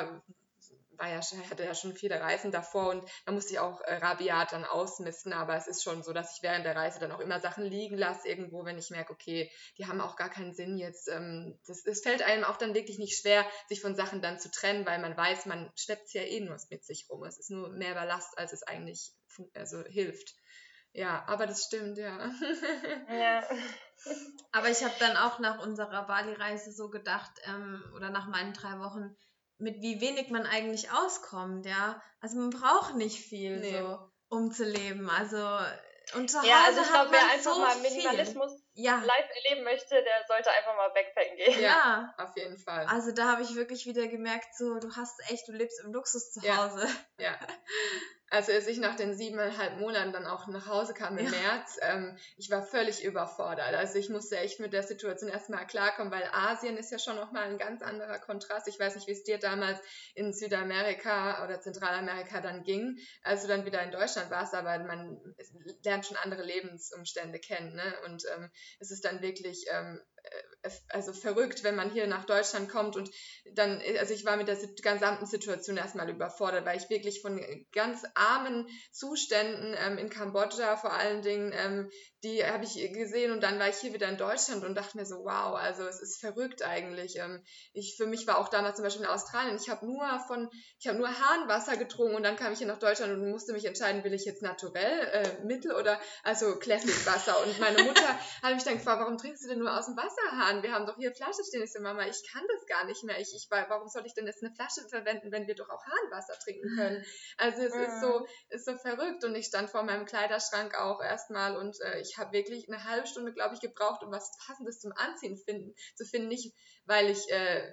hatte ja schon viele Reifen davor und da musste ich auch rabiat dann ausmisten, aber es ist schon so, dass ich während der Reise dann auch immer Sachen liegen lasse irgendwo, wenn ich merke, okay, die haben auch gar keinen Sinn jetzt. Es fällt einem auch dann wirklich nicht schwer, sich von Sachen dann zu trennen, weil man weiß, man schleppt es ja eh nur mit sich rum. Es ist nur mehr Ballast, als es eigentlich hilft. Ja, aber das stimmt, ja. Ja. Aber ich habe dann auch nach unserer Bali-Reise so gedacht, oder nach meinen 3 Wochen, mit wie wenig man eigentlich auskommt, ja. Also man braucht nicht viel so, um zu leben. Also und zu Hause also ich glaube, wer einfach so mal Minimalismus live erleben möchte, der sollte einfach mal Backpacken gehen. Ja, auf jeden Fall. Also da habe ich wirklich wieder gemerkt, so du lebst im Luxus zu Hause. Ja. Also als ich nach den 7,5 Monaten dann auch nach Hause kam im März, ich war völlig überfordert. Also ich musste echt mit der Situation erstmal klarkommen, weil Asien ist ja schon nochmal ein ganz anderer Kontrast. Ich weiß nicht, wie es dir damals in Südamerika oder Zentralamerika dann ging, als du dann wieder in Deutschland warst, aber man lernt schon andere Lebensumstände kennen, ne? Und es ist dann wirklich verrückt, wenn man hier nach Deutschland kommt und dann, also ich war mit der gesamten Situation erstmal überfordert, weil ich wirklich von ganz armen Zuständen in Kambodscha vor allen Dingen, die habe ich gesehen und dann war ich hier wieder in Deutschland und dachte mir so, wow, also es ist verrückt eigentlich. Für mich war auch damals zum Beispiel in Australien, ich habe nur Hahnwasser getrunken und dann kam ich hier nach Deutschland und musste mich entscheiden, will ich jetzt naturell, Mittel oder also Classic Wasser und meine Mutter hat mich dann gefragt, warum trinkst du denn nur aus dem Wasserhahn? Wir haben doch hier Flasche stehen. Ich so, Mama, ich kann das gar nicht mehr. Warum soll ich denn jetzt eine Flasche verwenden, wenn wir doch auch Hahnwasser trinken können? Also es ist so verrückt und ich stand vor meinem Kleiderschrank auch erstmal und ich habe wirklich eine halbe Stunde, glaube ich, gebraucht, um was Passendes zum Anziehen zu finden. Nicht, weil ich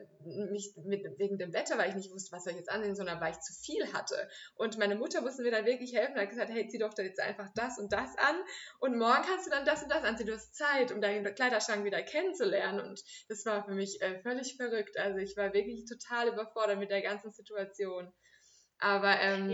wegen dem Wetter, weil ich nicht wusste, was soll ich jetzt anziehen, sondern weil ich zu viel hatte. Und meine Mutter musste mir dann wirklich helfen und hat gesagt, hey, zieh doch da jetzt einfach das und das an und morgen kannst du dann das und das anziehen. Du hast Zeit, um deinen Kleiderschrank wieder kennenzulernen und das war für mich völlig verrückt. Also ich war wirklich total überfordert mit der ganzen Situation. Aber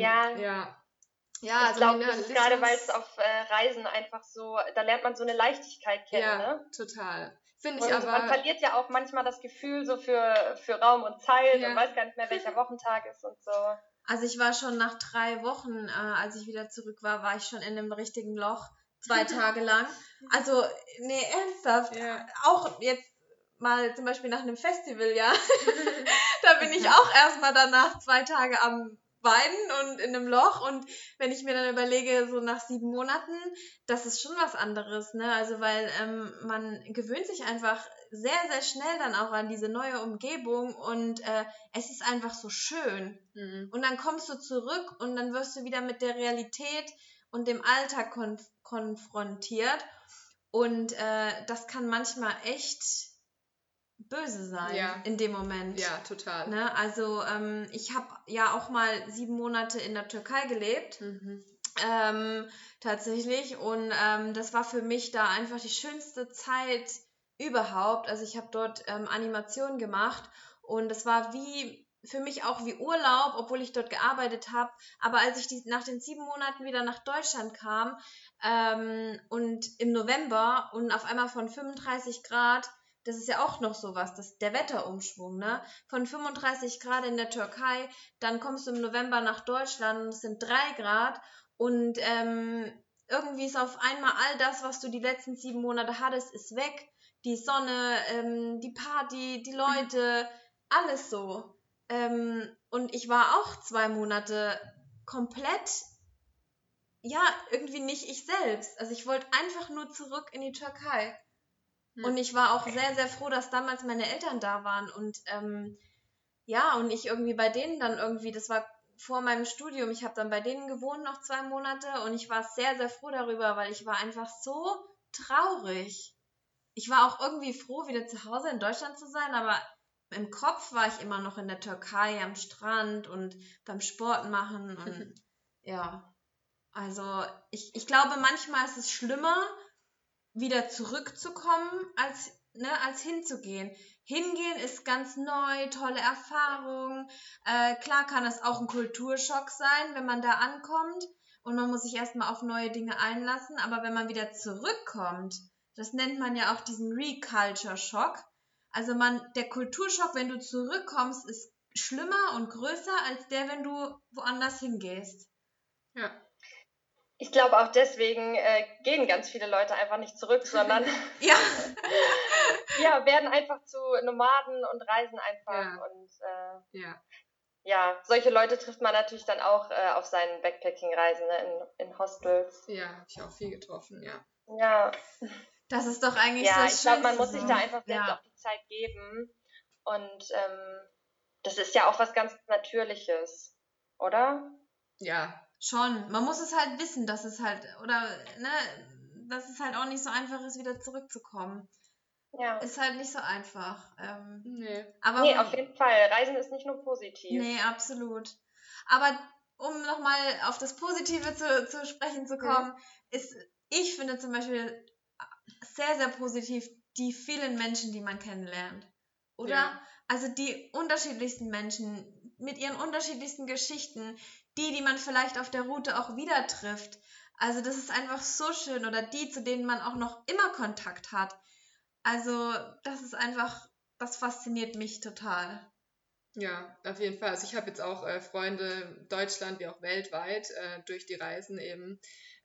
ich glaube, das ist gerade, weil es auf Reisen einfach so, da lernt man so eine Leichtigkeit kennen, ne? Total. Man verliert ja auch manchmal das Gefühl so für Raum und Zeit und weiß gar nicht mehr, welcher Wochentag ist und so. Also ich war schon nach 3 Wochen, als ich wieder zurück war ich schon in einem richtigen Loch, 2 Tage lang. Also, nee, ernsthaft. Ja. Auch jetzt mal zum Beispiel nach einem Festival, ja. Da bin ich auch erstmal danach 2 Tage am Weinen und in einem Loch und wenn ich mir dann überlege, so nach 7 Monaten, das ist schon was anderes, ne? Also weil man gewöhnt sich einfach sehr, sehr schnell dann auch an diese neue Umgebung und es ist einfach so schön. Mhm. Und dann kommst du zurück und dann wirst du wieder mit der Realität und dem Alltag konfrontiert und das kann manchmal echt böse sein in dem Moment. Ja, total. Ne? Also ich habe ja auch mal 7 Monate in der Türkei gelebt. Tatsächlich und das war für mich da einfach die schönste Zeit überhaupt. Also ich habe dort Animation gemacht und es war wie für mich auch wie Urlaub, obwohl ich dort gearbeitet habe. Aber als ich nach den 7 Monaten wieder nach Deutschland kam und im November und auf einmal von 35 Grad, das ist ja auch noch sowas, der Wetterumschwung, ne? Von 35 Grad in der Türkei, dann kommst du im November nach Deutschland und es sind 3 Grad und irgendwie ist auf einmal all das, was du die letzten 7 Monate hattest, ist weg. Die Sonne, die Party, die Leute, alles so. Und ich war auch 2 Monate komplett, ja, irgendwie nicht ich selbst. Also ich wollte einfach nur zurück in die Türkei. Und ich war auch sehr, sehr froh, dass damals meine Eltern da waren. Und ja, und ich irgendwie bei denen dann irgendwie, das war vor meinem Studium, ich habe dann bei denen gewohnt noch 2 Monate und ich war sehr, sehr froh darüber, weil ich war einfach so traurig. Ich war auch irgendwie froh, wieder zu Hause in Deutschland zu sein, aber im Kopf war ich immer noch in der Türkei am Strand und beim Sport machen und ja, also ich glaube, manchmal ist es schlimmer, wieder zurückzukommen, als hinzugehen. Hingehen ist ganz neu, tolle Erfahrung. Klar kann es auch ein Kulturschock sein, wenn man da ankommt und man muss sich erstmal auf neue Dinge einlassen, aber wenn man wieder zurückkommt, das nennt man ja auch diesen Reculture-Schock. Also der Kulturschock, wenn du zurückkommst, ist schlimmer und größer als der, wenn du woanders hingehst. Ja. Ich glaube auch deswegen gehen ganz viele Leute einfach nicht zurück, sondern Ja. ja, werden einfach zu Nomaden und reisen einfach. Ja. Und Ja. ja, solche Leute trifft man natürlich dann auch auf seinen Backpacking-Reisen, ne, in Hostels. Ja, habe ich auch viel getroffen, ja. Ja, Das ist doch eigentlich ja, das ich glaube, man Schönste muss sich so. da einfach selbst Ja. auch die Zeit geben. Und das ist ja auch was ganz Natürliches, oder? Ja, Schon. Man muss es halt wissen, dass es halt, oder, ne, dass es halt auch nicht so einfach ist, wieder zurückzukommen. Ja. Ist halt nicht so einfach. nee. Aber Nee, auf jeden Fall. Reisen ist nicht nur positiv. nee, absolut. Aber um nochmal auf das Positive zu sprechen zu kommen, ich finde zum Beispiel sehr, sehr positiv die vielen Menschen, die man kennenlernt. Oder? Ja. Also die unterschiedlichsten Menschen mit ihren unterschiedlichsten Geschichten, die man vielleicht auf der Route auch wieder trifft. Also das ist einfach so schön. Oder die, zu denen man auch noch immer Kontakt hat. Also das ist einfach, das fasziniert mich total. Ja, auf jeden Fall. Also ich habe jetzt auch Freunde Deutschland wie auch weltweit durch die Reisen eben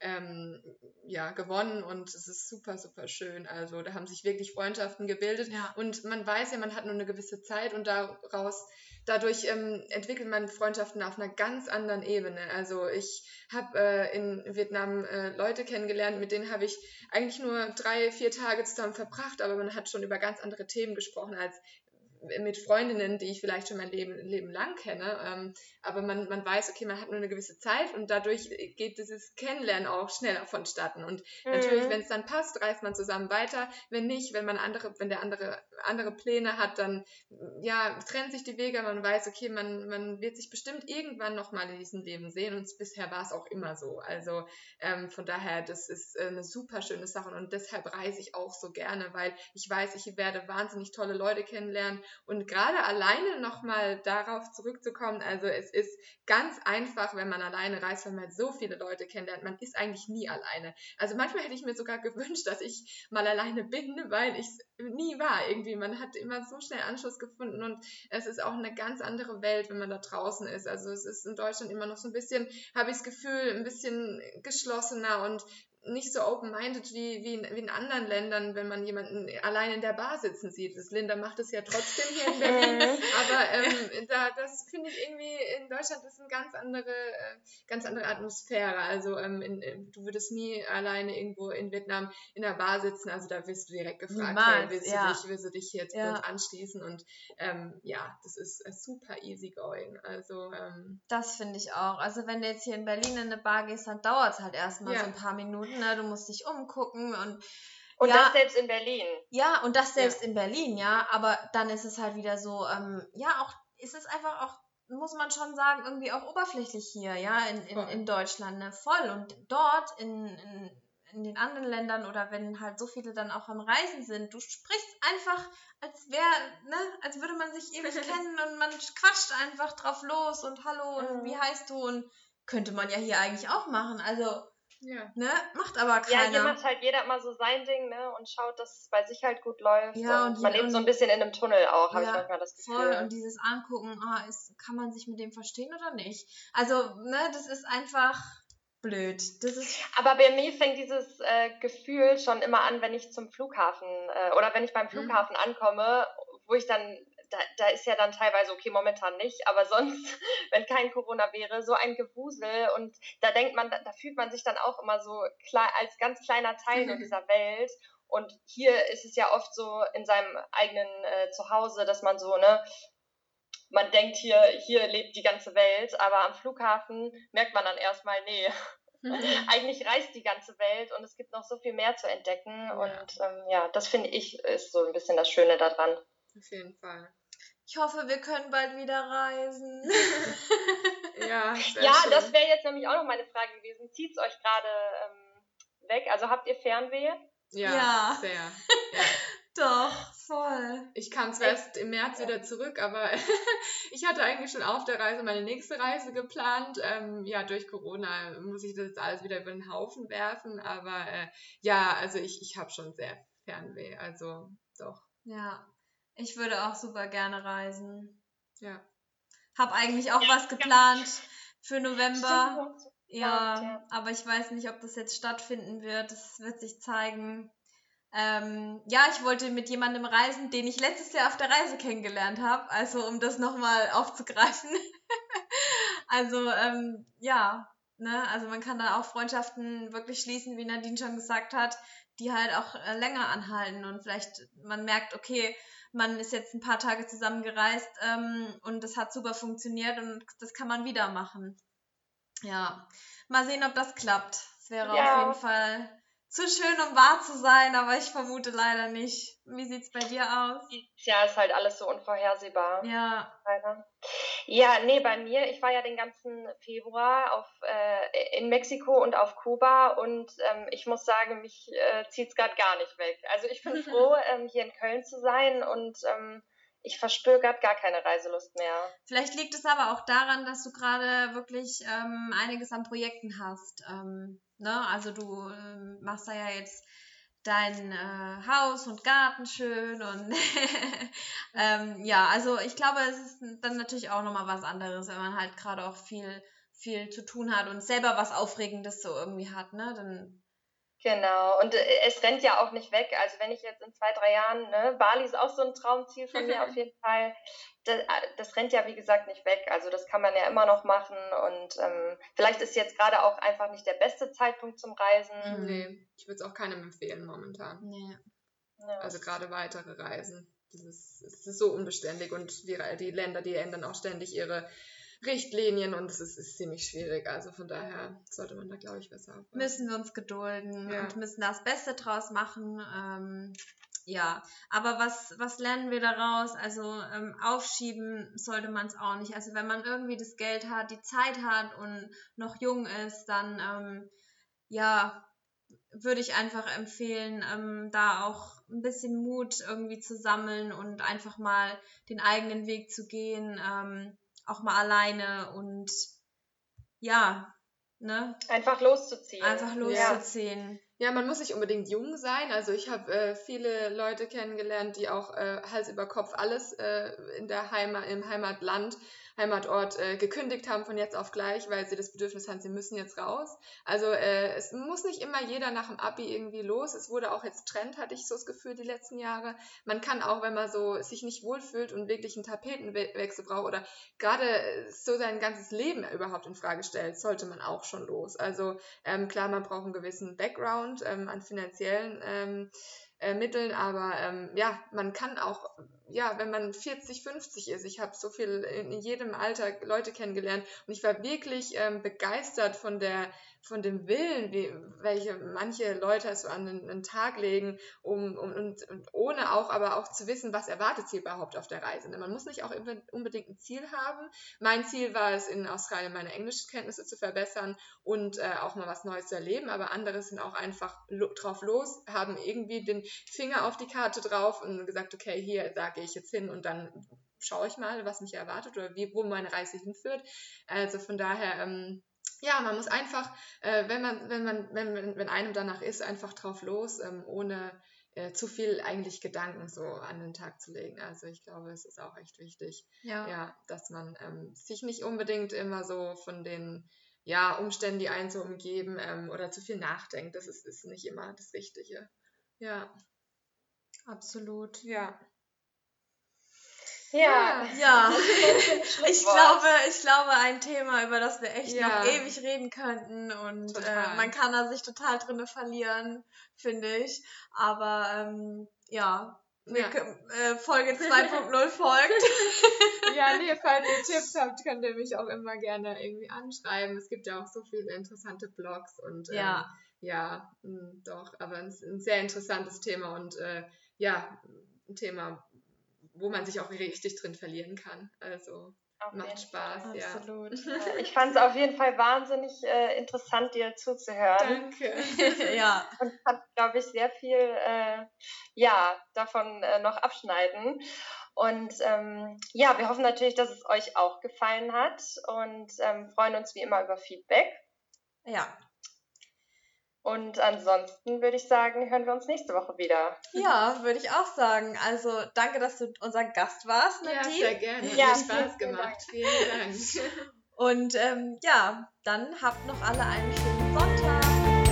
ja, gewonnen und es ist super, super schön. Also da haben sich wirklich Freundschaften gebildet Ja. und man weiß ja, man hat nur eine gewisse Zeit und dadurch entwickelt man Freundschaften auf einer ganz anderen Ebene. Also ich habe in Vietnam Leute kennengelernt, mit denen habe ich eigentlich nur 3-4 Tage zusammen verbracht, aber man hat schon über ganz andere Themen gesprochen als mit Freundinnen, die ich vielleicht schon mein Leben lang kenne, aber man weiß, okay, man hat nur eine gewisse Zeit und dadurch geht dieses Kennenlernen auch schneller vonstatten und natürlich, wenn es dann passt, reist man zusammen weiter, wenn nicht, wenn der andere Pläne hat, dann ja, trennt sich die Wege, man weiß, okay, man wird sich bestimmt irgendwann nochmal in diesem Leben sehen und bisher war es auch immer so, also von daher, das ist eine super schöne Sache und deshalb reise ich auch so gerne, weil ich weiß, ich werde wahnsinnig tolle Leute kennenlernen und gerade alleine nochmal darauf zurückzukommen, also es ist ganz einfach, wenn man alleine reist, weil man so viele Leute kennenlernt. Man ist eigentlich nie alleine. Also manchmal hätte ich mir sogar gewünscht, dass ich mal alleine bin, weil ich es nie war irgendwie. Man hat immer so schnell Anschluss gefunden und es ist auch eine ganz andere Welt, wenn man da draußen ist. Also es ist in Deutschland immer noch so ein bisschen, habe ich das Gefühl, ein bisschen geschlossener und nicht so open-minded wie in anderen Ländern, wenn man jemanden allein in der Bar sitzen sieht. Linda macht es ja trotzdem hier in Berlin, aber das finde ich irgendwie, in Deutschland ist eine ganz andere Atmosphäre. Also du würdest nie alleine irgendwo in Vietnam in der Bar sitzen, also da wirst du direkt gefragt, Niemals, hey, willst du dich jetzt bei uns anschließen? Und ja, das ist super easy going. Also das finde ich auch. Also wenn du jetzt hier in Berlin in eine Bar gehst, dann dauert es halt erstmal so ein paar Minuten. Ne? Du musst dich umgucken und das selbst in Berlin. Ja, und das selbst in Berlin, ja. Aber dann ist es halt wieder so, ist es einfach auch, muss man schon sagen, irgendwie auch oberflächlich hier, ja, in Deutschland, ne? Voll. Und dort in den anderen Ländern oder wenn halt so viele dann auch am Reisen sind, du sprichst einfach, als würde man sich ewig kennen und man quatscht einfach drauf los und hallo und wie heißt du und könnte man ja hier eigentlich auch machen. Also, macht aber keiner. Ja, hier macht halt jeder immer so sein Ding, ne, und schaut, dass es bei sich halt gut läuft. Ja, und man lebt so ein bisschen in einem Tunnel auch, habe ich manchmal das Gefühl. Voll. Und dieses Angucken, kann man sich mit dem verstehen oder nicht? Also, das ist einfach blöd. Aber bei mir fängt dieses Gefühl schon immer an, wenn ich zum Flughafen oder wenn ich beim Flughafen ankomme, wo ich dann, da ist ja dann teilweise, okay, momentan nicht, aber sonst, wenn kein Corona wäre, so ein Gewusel und da denkt man, da fühlt man sich dann auch immer so als ganz kleiner Teil nur dieser Welt. Und hier ist es ja oft so in seinem eigenen Zuhause, dass man so, ne, man denkt, hier lebt die ganze Welt, aber am Flughafen merkt man dann erstmal, nee, eigentlich reist die ganze Welt und es gibt noch so viel mehr zu entdecken. Ja. Und das finde ich ist so ein bisschen das Schöne daran. Auf jeden Fall. Ich hoffe, wir können bald wieder reisen. Ja, das wäre jetzt nämlich auch noch meine Frage gewesen. Zieht es euch gerade weg? Also habt ihr Fernweh? Ja, sehr. Ja. Doch, voll. Ich kam zwar erst im März wieder zurück, aber ich hatte eigentlich schon auf der Reise meine nächste Reise geplant. Durch Corona muss ich das jetzt alles wieder über den Haufen werfen, aber also ich habe schon sehr Fernweh, also doch. Ja, ich würde auch super gerne reisen. Ja. Hab eigentlich auch was geplant für November. Stimmt, ja, aber ich weiß nicht, ob das jetzt stattfinden wird. Das wird sich zeigen. Ich wollte mit jemandem reisen, den ich letztes Jahr auf der Reise kennengelernt habe. Also, um das nochmal aufzugreifen. Also, also man kann da auch Freundschaften wirklich schließen, wie Nadine schon gesagt hat, die halt auch länger anhalten und vielleicht man merkt, okay, man ist jetzt ein paar Tage zusammen gereist und das hat super funktioniert und das kann man wieder machen. Ja, mal sehen, ob das klappt. Es wäre auf jeden Fall zu schön, um wahr zu sein, aber ich vermute leider nicht. Wie sieht's bei dir aus? Ja, ist halt alles so unvorhersehbar. Ja. Leider. Ja, nee, bei mir, ich war ja den ganzen Februar in Mexiko und auf Kuba und ich muss sagen, mich zieht's gerade gar nicht weg. Also ich bin froh, hier in Köln zu sein und ich verspüre gerade gar keine Reiselust mehr. Vielleicht liegt es aber auch daran, dass du gerade wirklich einiges an Projekten hast. Also du machst da ja jetzt dein Haus und Garten schön und also ich glaube, es ist dann natürlich auch nochmal was anderes, wenn man halt gerade auch viel zu tun hat und selber was Aufregendes so irgendwie hat, ne? Dann Genau, und es rennt ja auch nicht weg. Also wenn ich jetzt in 2, 3 Jahren, ne, Bali ist auch so ein Traumziel von mir auf jeden Fall. Das rennt ja, wie gesagt, nicht weg. Also das kann man ja immer noch machen und vielleicht ist jetzt gerade auch einfach nicht der beste Zeitpunkt zum Reisen. Nee, ich würde es auch keinem empfehlen momentan. Nee. Ja. Also gerade weitere Reisen. Es ist so unbeständig und die Länder, die ändern auch ständig ihre Richtlinien und es ist ziemlich schwierig. Also von daher sollte man da, glaube ich, besser aufpassen. Müssen wir uns gedulden und müssen das Beste draus machen. Aber was lernen wir daraus? Also aufschieben sollte man es auch nicht. Also wenn man irgendwie das Geld hat, die Zeit hat und noch jung ist, dann würde ich einfach empfehlen, da auch ein bisschen Mut irgendwie zu sammeln und einfach mal den eigenen Weg zu gehen, auch mal alleine und einfach loszuziehen. Ja, man muss nicht unbedingt jung sein. Also ich habe viele Leute kennengelernt, die auch Hals über Kopf alles im Heimatort gekündigt haben von jetzt auf gleich, weil sie das Bedürfnis haben, sie müssen jetzt raus. Also es muss nicht immer jeder nach dem Abi irgendwie los. Es wurde auch jetzt Trend, hatte ich so das Gefühl, die letzten Jahre. Man kann auch, wenn man so sich nicht wohlfühlt und wirklich einen Tapetenwechsel braucht oder gerade so sein ganzes Leben überhaupt in Frage stellt, sollte man auch schon los. Also klar, man braucht einen gewissen Background an finanziellen Mitteln, aber man kann auch ja, wenn man 40, 50 ist, ich habe so viel in jedem Alter Leute kennengelernt und ich war wirklich begeistert von dem Willen, welche manche Leute so an den Tag legen, und ohne aber auch zu wissen, was erwartet sie überhaupt auf der Reise. Man muss nicht auch unbedingt ein Ziel haben. Mein Ziel war es, in Australien meine Englischkenntnisse zu verbessern und auch mal was Neues zu erleben, aber andere sind auch einfach drauf los, haben irgendwie den Finger auf die Karte drauf und gesagt, okay, hier, da gehe ich jetzt hin und dann schaue ich mal, was mich erwartet oder wo meine Reise hinführt. Also von daher, ja, man muss einfach, wenn einem danach ist, einfach drauf los, ohne zu viel eigentlich Gedanken so an den Tag zu legen. Also ich glaube, es ist auch echt wichtig, ja, dass man sich nicht unbedingt immer so von den Umständen, die einen so umgeben, oder zu viel nachdenkt. Das ist nicht immer das Richtige. Ja. Absolut. Ja. Ja. Ich glaube, ein Thema, über das wir echt noch ewig reden könnten und man kann da sich total drinne verlieren, finde ich. Aber Folge 2.0 folgt. Ja, nee, falls ihr Tipps habt, könnt ihr mich auch immer gerne irgendwie anschreiben. Es gibt ja auch so viele interessante Blogs und doch, aber es ist ein sehr interessantes Thema und ein Thema, wo man sich auch richtig drin verlieren kann. Also macht Spaß, Absolut. Ja. Ich fand es auf jeden Fall wahnsinnig interessant, dir zuzuhören. Danke. Ja. Und habe, glaube ich, sehr viel davon noch abschneiden. Und wir hoffen natürlich, dass es euch auch gefallen hat und freuen uns wie immer über Feedback. Ja. Und ansonsten würde ich sagen, hören wir uns nächste Woche wieder. Ja, würde ich auch sagen. Also danke, dass du unser Gast warst, Nadine. Ja, sehr gerne. Hat mir Spaß gemacht. Vielen Dank. Und dann habt noch alle einen schönen Sonntag.